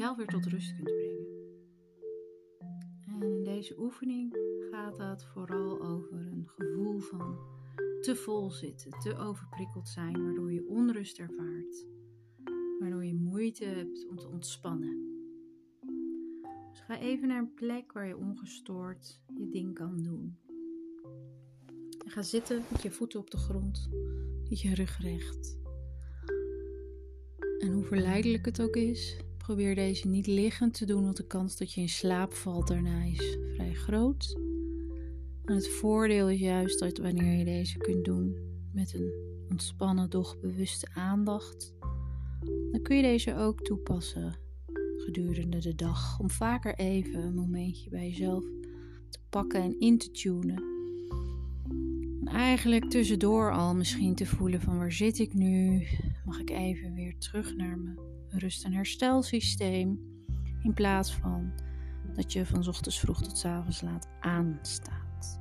jezelf weer tot rust kunt brengen. En in deze oefening gaat het vooral over een gevoel van te vol zitten, te overprikkeld zijn, waardoor je onrust ervaart, waardoor je moeite hebt om te ontspannen. Dus ga even naar een plek waar je ongestoord je ding kan doen. En ga zitten met je voeten op de grond, met je rug recht. En hoe verleidelijk het ook is, probeer deze niet liggend te doen, want de kans dat je in slaap valt daarna is vrij groot. En het voordeel is juist dat wanneer je deze kunt doen met een ontspannen, doch bewuste aandacht, dan kun je deze ook toepassen gedurende de dag. Om vaker even een momentje bij jezelf te pakken en in te tunen. En eigenlijk tussendoor al misschien te voelen van waar zit ik nu? Mag ik even weer terug naar mijn rust- en herstelsysteem? In plaats van dat je van 's ochtends vroeg tot 's avonds laat aanstaat.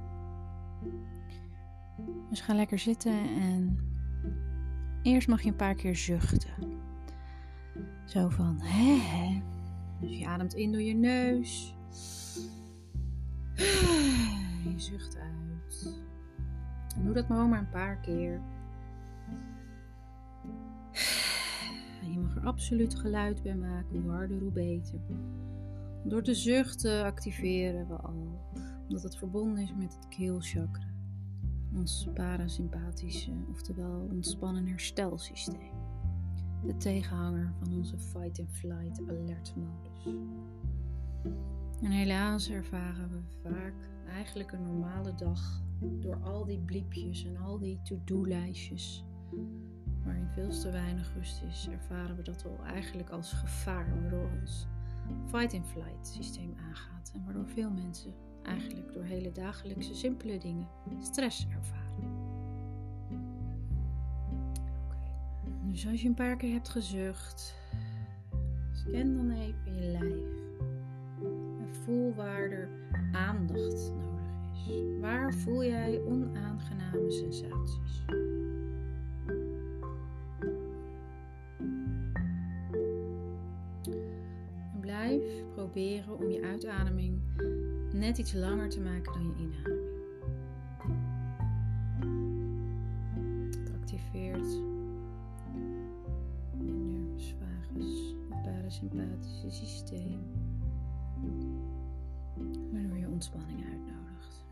Dus ga lekker zitten en eerst mag je een paar keer zuchten. Zo van hè. Dus je ademt in door je neus. Je zucht uit. En doe dat maar een paar keer. Je mag er absoluut geluid bij maken, hoe harder hoe beter. Door te zuchten activeren we al, omdat het verbonden is met het keelchakra. Ons parasympathische, oftewel ontspannen herstelsysteem. De tegenhanger van onze fight-and-flight alert modus. En helaas ervaren we vaak eigenlijk een normale dag door al die bliepjes en al die to-do-lijstjes waarin veel te weinig rust is, ervaren we dat al eigenlijk als gevaar, waardoor ons fight-and-flight systeem aangaat en waardoor veel mensen eigenlijk door hele dagelijkse simpele dingen stress ervaren. Dus als je een paar keer hebt gezucht, scan dan even je lijf en voel waar er aandacht nodig is. Waar voel jij onaangename sensaties? En blijf proberen om je uitademing net iets langer te maken dan je inademing. Het activeert je nervus vagus, het parasympathische systeem, waardoor je ontspanning uitnodigt.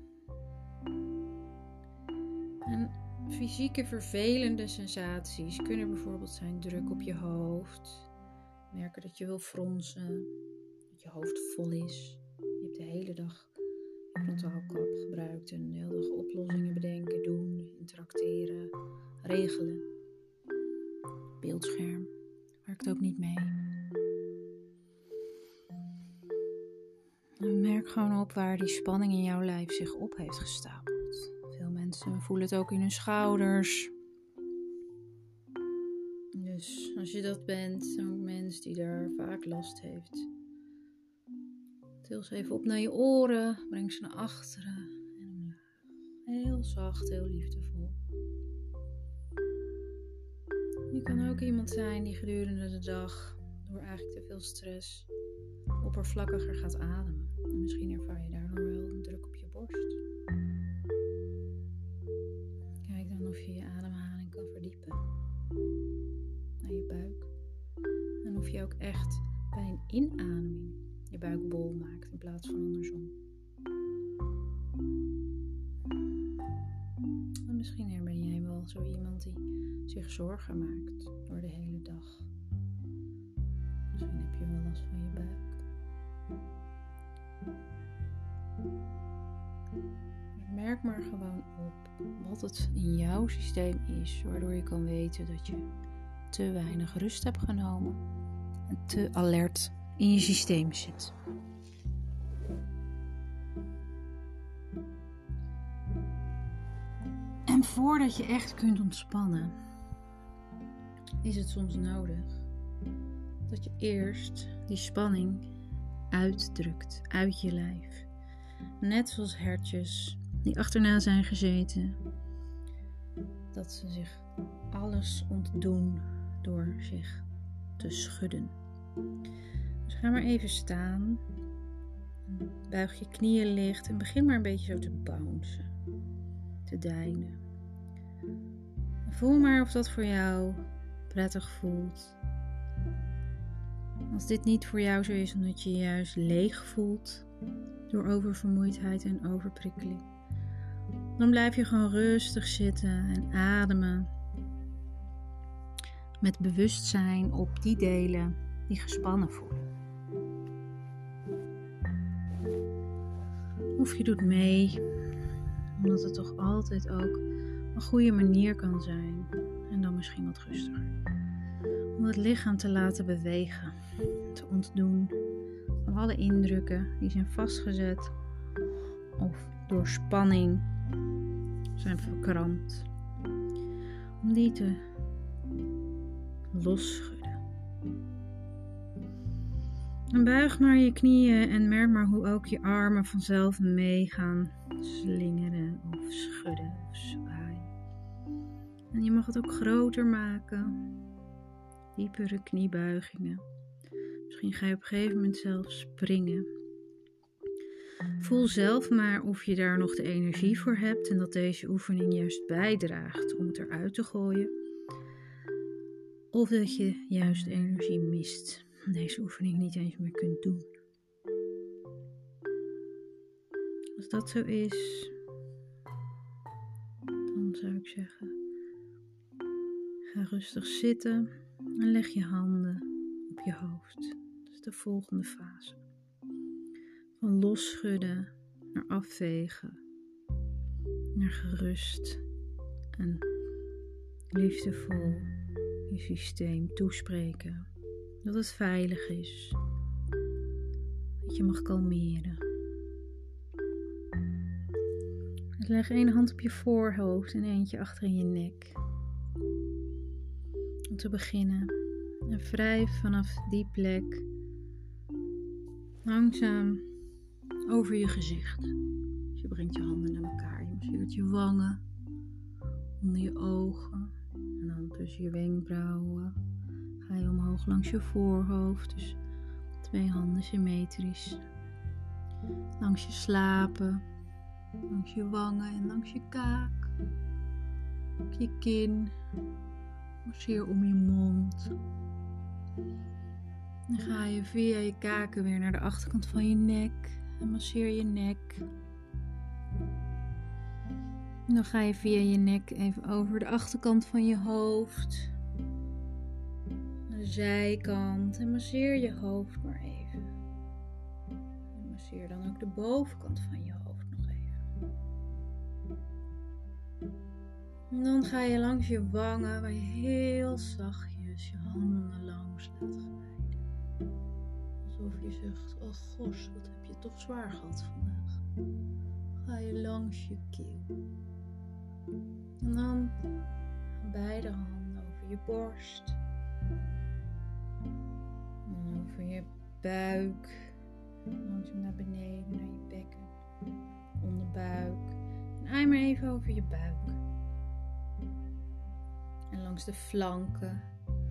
En fysieke vervelende sensaties kunnen bijvoorbeeld zijn druk op je hoofd, merken dat je wil fronsen, dat je hoofd vol is. Je hebt de hele dag je frontaalkap gebruikt en de hele dag oplossingen bedenken, doen, interacteren, regelen. Beeldscherm werkt ook niet mee. En merk gewoon op waar die spanning in jouw lijf zich op heeft gestapeld. Veel mensen voelen het ook in hun schouders. Dus als je dat bent, zo'n mens die daar vaak last heeft, til ze even op naar je oren, breng ze naar achteren en omlaag. Heel zacht, heel liefdevol. Je kan ook iemand zijn die gedurende de dag, door eigenlijk te veel stress, oppervlakkiger gaat ademen. En misschien ervaar je daardoor wel een druk op je borst. Kijk dan of je je ademhaling kan verdiepen naar je buik. En of je ook echt bij een inademing je buik bol maakt in plaats van andersom. En misschien ben jij wel zo iemand die zich zorgen maakt door de hele dag. Misschien heb je wel last van je buik. Merk maar gewoon op wat het in jouw systeem is, waardoor je kan weten dat je te weinig rust hebt genomen en te alert in je systeem zit. En voordat je echt kunt ontspannen, is het soms nodig dat je eerst die spanning uitdrukt uit je lijf. Net zoals hertjes die achterna zijn gezeten, dat ze zich alles ontdoen door zich te schudden. Dus ga maar even staan. Buig je knieën licht en begin maar een beetje zo te bouncen. Te deinen. En voel maar of dat voor jou prettig voelt. Als dit niet voor jou zo is omdat je je juist leeg voelt door oververmoeidheid en overprikkeling, dan blijf je gewoon rustig zitten en ademen met bewustzijn op die delen die gespannen voelen. Of je doet mee, omdat het toch altijd ook een goede manier kan zijn en dan misschien wat rustiger. Om het lichaam te laten bewegen, te ontdoen van alle indrukken die zijn vastgezet of door spanning zijn verkrampt. Om die te losschudden. En buig maar je knieën en merk maar hoe ook je armen vanzelf mee gaan slingeren of schudden of zwaaien. En je mag het ook groter maken. Diepere kniebuigingen. Misschien ga je op een gegeven moment zelf springen. Voel zelf maar of je daar nog de energie voor hebt en dat deze oefening juist bijdraagt om het eruit te gooien. Of dat je juist energie mist en deze oefening niet eens meer kunt doen. Als dat zo is, dan zou ik zeggen, ga rustig zitten en leg je handen op je hoofd. Dat is de volgende fase. Van losschudden naar afvegen, naar gerust en liefdevol je systeem toespreken. Dat het veilig is, dat je mag kalmeren. Dus leg één hand op je voorhoofd en eentje achter in je nek. Om te beginnen en wrijf vanaf die plek langzaam over je gezicht. Dus je brengt je handen naar elkaar. Je masseert je wangen, onder je ogen en dan tussen je wenkbrauwen. Ga je omhoog langs je voorhoofd, dus 2 handen symmetrisch. Langs je slapen, langs je wangen en langs je kaak. Ook je kin. Masseer om je mond. Dan ga je via je kaken weer naar de achterkant van je nek. En masseer je nek. En dan ga je via je nek even over de achterkant van je hoofd. Naar de zijkant. En masseer je hoofd maar even. En masseer dan ook de bovenkant van je hoofd nog even. En dan ga je langs je wangen, waar je heel zachtjes je handen langs laat glijden. Alsof je zegt, oh gos, wat heb je toch zwaar gehad vandaag. Ga je langs je keel. En dan beide handen over je borst. En over je buik. Langzaam naar beneden, naar je bekken. Onderbuik. En ei maar even over je buik. En langs de flanken.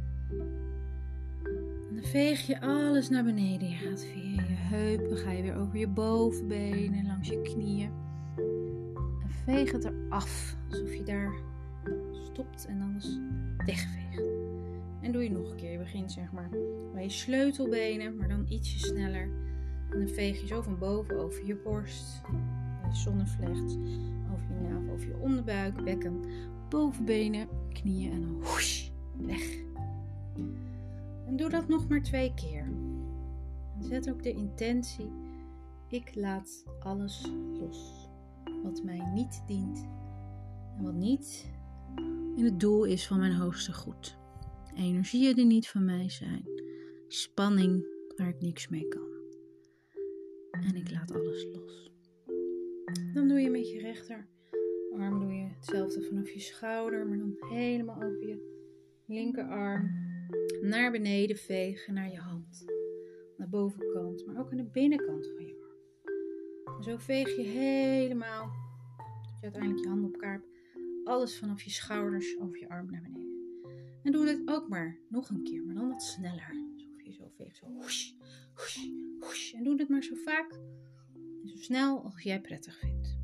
En dan veeg je alles naar beneden. Je gaat via je heupen, ga je weer over je bovenbenen, langs je knieën. En veeg het eraf, alsof je daar stopt en alles wegveegt. En doe je nog een keer. Je begint zeg maar bij je sleutelbenen, maar dan ietsje sneller. En dan veeg je zo van boven over je borst, bij je zonnevlecht, over je navel, over je onderbuik, bekken, bovenbenen, knieën en dan whoosh, weg. En doe dat nog maar 2 keer. En zet ook de intentie, ik laat alles los. Wat mij niet dient en wat niet in het doel is van mijn hoogste goed. Energieën die niet van mij zijn. Spanning waar ik niks mee kan. En ik laat alles los. Dan doe je met je rechterarm doe je hetzelfde vanaf je schouder, maar dan helemaal over je linkerarm. Naar beneden vegen, naar je hand. Naar de bovenkant, maar ook aan de binnenkant van je arm. En zo veeg je helemaal, tot je uiteindelijk je handen op elkaar hebt, alles vanaf je schouders over je arm naar beneden. En doe dit ook maar nog een keer, maar dan wat sneller. Alsof je zo Veeg zo. Hoesh, hoesh, hoesh. En doe het maar zo vaak en zo snel als jij prettig vindt.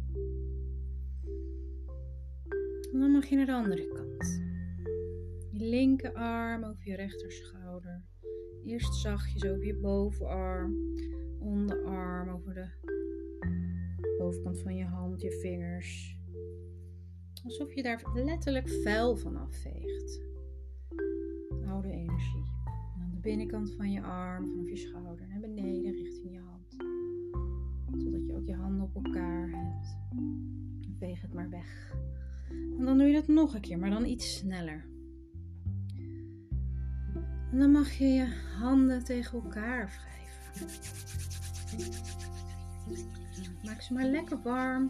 En dan mag je naar de andere kant. Je linkerarm over je rechterschouder. Eerst zachtjes over je bovenarm. Onderarm over de bovenkant van je hand, je vingers. Alsof je daar letterlijk vuil van afveegt. Oude energie. En dan de binnenkant van je arm, vanaf je schouder naar beneden richting je hand. Zodat je ook je handen op elkaar hebt. En veeg het maar weg. En dan doe je dat nog een keer, maar dan iets sneller. En dan mag je je handen tegen elkaar wrijven. Maak ze maar lekker warm.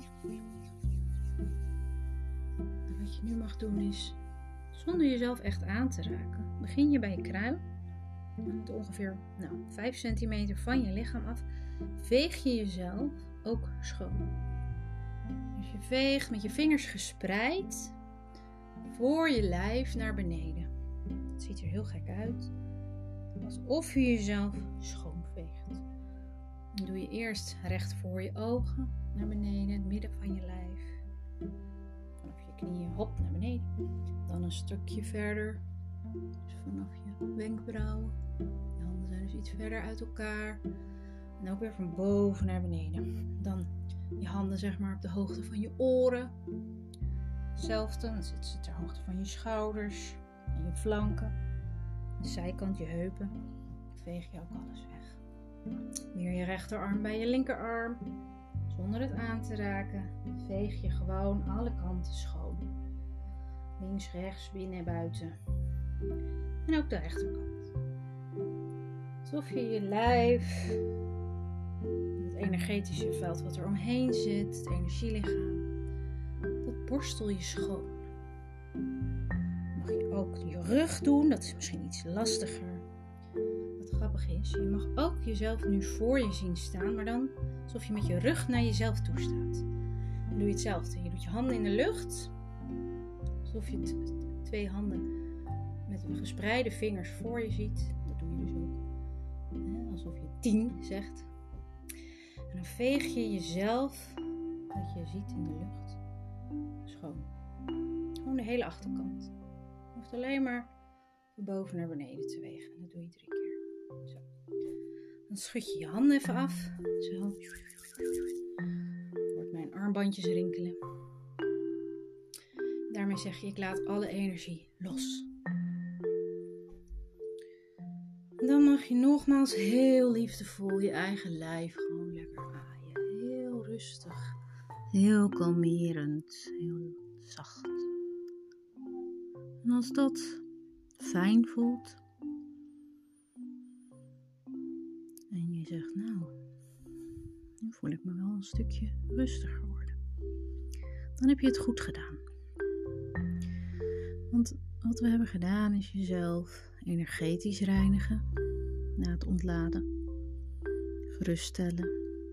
En wat je nu mag doen is, zonder jezelf echt aan te raken, begin je bij je kruin. Met ongeveer 5 centimeter van je lichaam af. Veeg je jezelf ook schoon. Dus je veegt met je vingers gespreid voor je lijf naar beneden. Het ziet er heel gek uit. Alsof je jezelf schoonveegt. Dan doe je eerst recht voor je ogen naar beneden, het midden van je lijf. Vanaf je knieën, hop, naar beneden. Dan een stukje verder. Dus vanaf je wenkbrauwen. Je handen zijn dus iets verder uit elkaar. En ook weer van boven naar beneden. Dan je handen zeg maar op de hoogte van je oren. Hetzelfde, dan zitten ze ter hoogte van je schouders en je flanken. De zijkant, je heupen. Veeg je ook alles weg. Weer je rechterarm bij je linkerarm. Zonder het aan te raken. Veeg je gewoon alle kanten schoon. Links, rechts, binnen en buiten. En ook de rechterkant. Alsof je je lijf, het energetische veld wat er omheen zit, het energielichaam, dat borstel je schoon. Mag je ook je rug doen, dat is misschien iets lastiger. Wat grappig is, je mag ook jezelf nu voor je zien staan, maar dan alsof je met je rug naar jezelf toe staat. Dan doe je hetzelfde. Je doet je handen in de lucht, alsof je 2 handen met gespreide vingers voor je ziet. Dat doe je dus ook. Alsof je 10 zegt. En dan veeg je jezelf, wat je ziet in de lucht, schoon. Gewoon de hele achterkant. Je hoeft alleen maar van boven naar beneden te wegen. En dat doe je 3 keer. Zo. Dan schud je je handen even af. Zo. Hoort mijn armbandjes rinkelen. Daarmee zeg je, ik laat alle energie los. En dan mag je nogmaals heel liefdevol je eigen lijf gewoon lekker aaien. Heel rustig. Heel kalmerend. Heel zacht. En als dat fijn voelt. En je zegt, nou, nu voel ik me wel een stukje rustiger worden. Dan heb je het goed gedaan. Want wat we hebben gedaan is jezelf energetisch reinigen na het ontladen, geruststellen,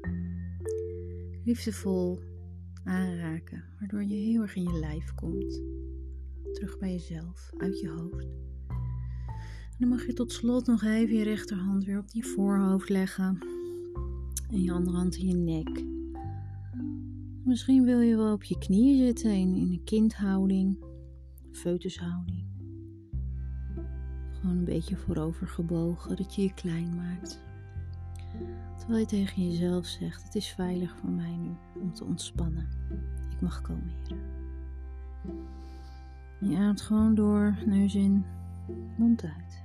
liefdevol aanraken, waardoor je heel erg in je lijf komt, terug bij jezelf, uit je hoofd. En dan mag je tot slot nog even je rechterhand weer op die voorhoofd leggen en je andere hand in je nek. Misschien wil je wel op je knieën zitten in een kindhouding, foetushouding. Gewoon een beetje voorover gebogen, dat je je klein maakt. Terwijl je tegen jezelf zegt, het is veilig voor mij nu om te ontspannen. Ik mag kalmeren. Je ademt gewoon door, neus in, mond uit.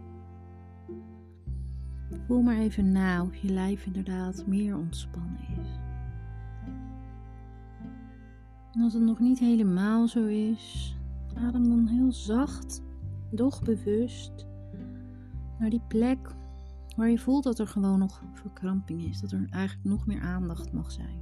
Voel maar even na of je lijf inderdaad meer ontspannen is. En als het nog niet helemaal zo is, adem dan heel zacht, doch bewust naar die plek waar je voelt dat er gewoon nog verkramping is. Dat er eigenlijk nog meer aandacht mag zijn.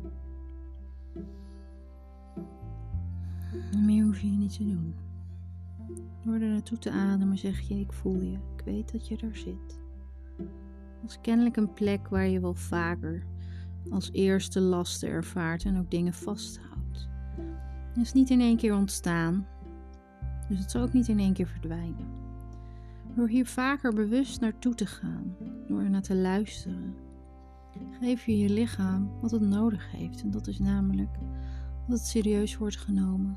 En meer hoef je niet te doen. Door er naartoe te ademen zeg je, ik voel je. Ik weet dat je er zit. Dat is kennelijk een plek waar je wel vaker als eerste lasten ervaart en ook dingen vasthoudt. Het is niet in één keer ontstaan. Dus het zal ook niet in één keer verdwijnen. Door hier vaker bewust naartoe te gaan, door er naar te luisteren, geef je je lichaam wat het nodig heeft. En dat is namelijk dat het serieus wordt genomen.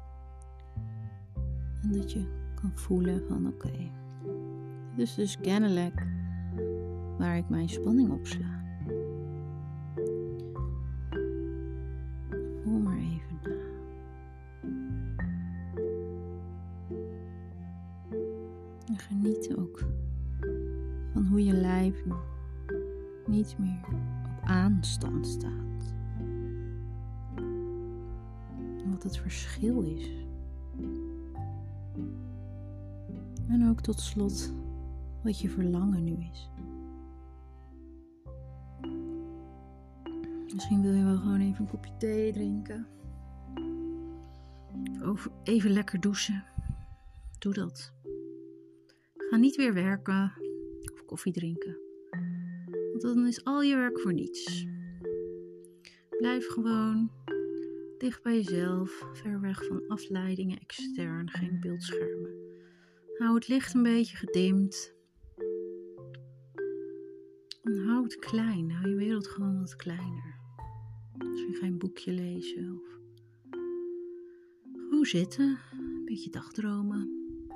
En dat je kan voelen van oké, dit is dus kennelijk waar ik mijn spanning op sla. Voel maar even na. En geniet ook van hoe je lijf nu niet meer op aanstand staat. En wat het verschil is. En ook tot slot wat je verlangen nu is. Misschien wil je wel gewoon even een kopje thee drinken. Of even lekker douchen. Doe dat. Ga niet weer werken of koffie drinken. Want dan is al je werk voor niets. Blijf gewoon dicht bij jezelf. Ver weg van afleidingen extern. Geen beeldschermen. Hou het licht een beetje gedimd. En hou het klein. Hou je wereld gewoon wat kleiner. Misschien ga je een boekje lezen of gewoon zitten, een beetje dagdromen.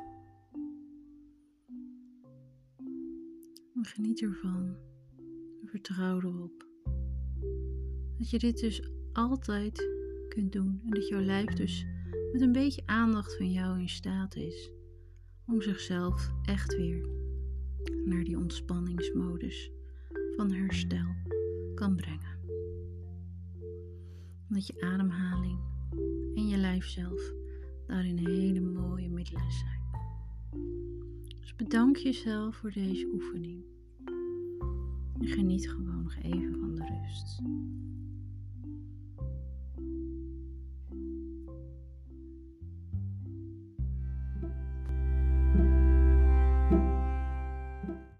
En geniet ervan. En vertrouw erop dat je dit dus altijd kunt doen. En dat jouw lijf dus met een beetje aandacht van jou in staat is om zichzelf echt weer naar die ontspanningsmodus van herstel kan brengen. Dat je ademhaling en je lijf zelf daarin hele mooie middelen zijn. Dus bedank jezelf voor deze oefening. En geniet gewoon nog even van de rust.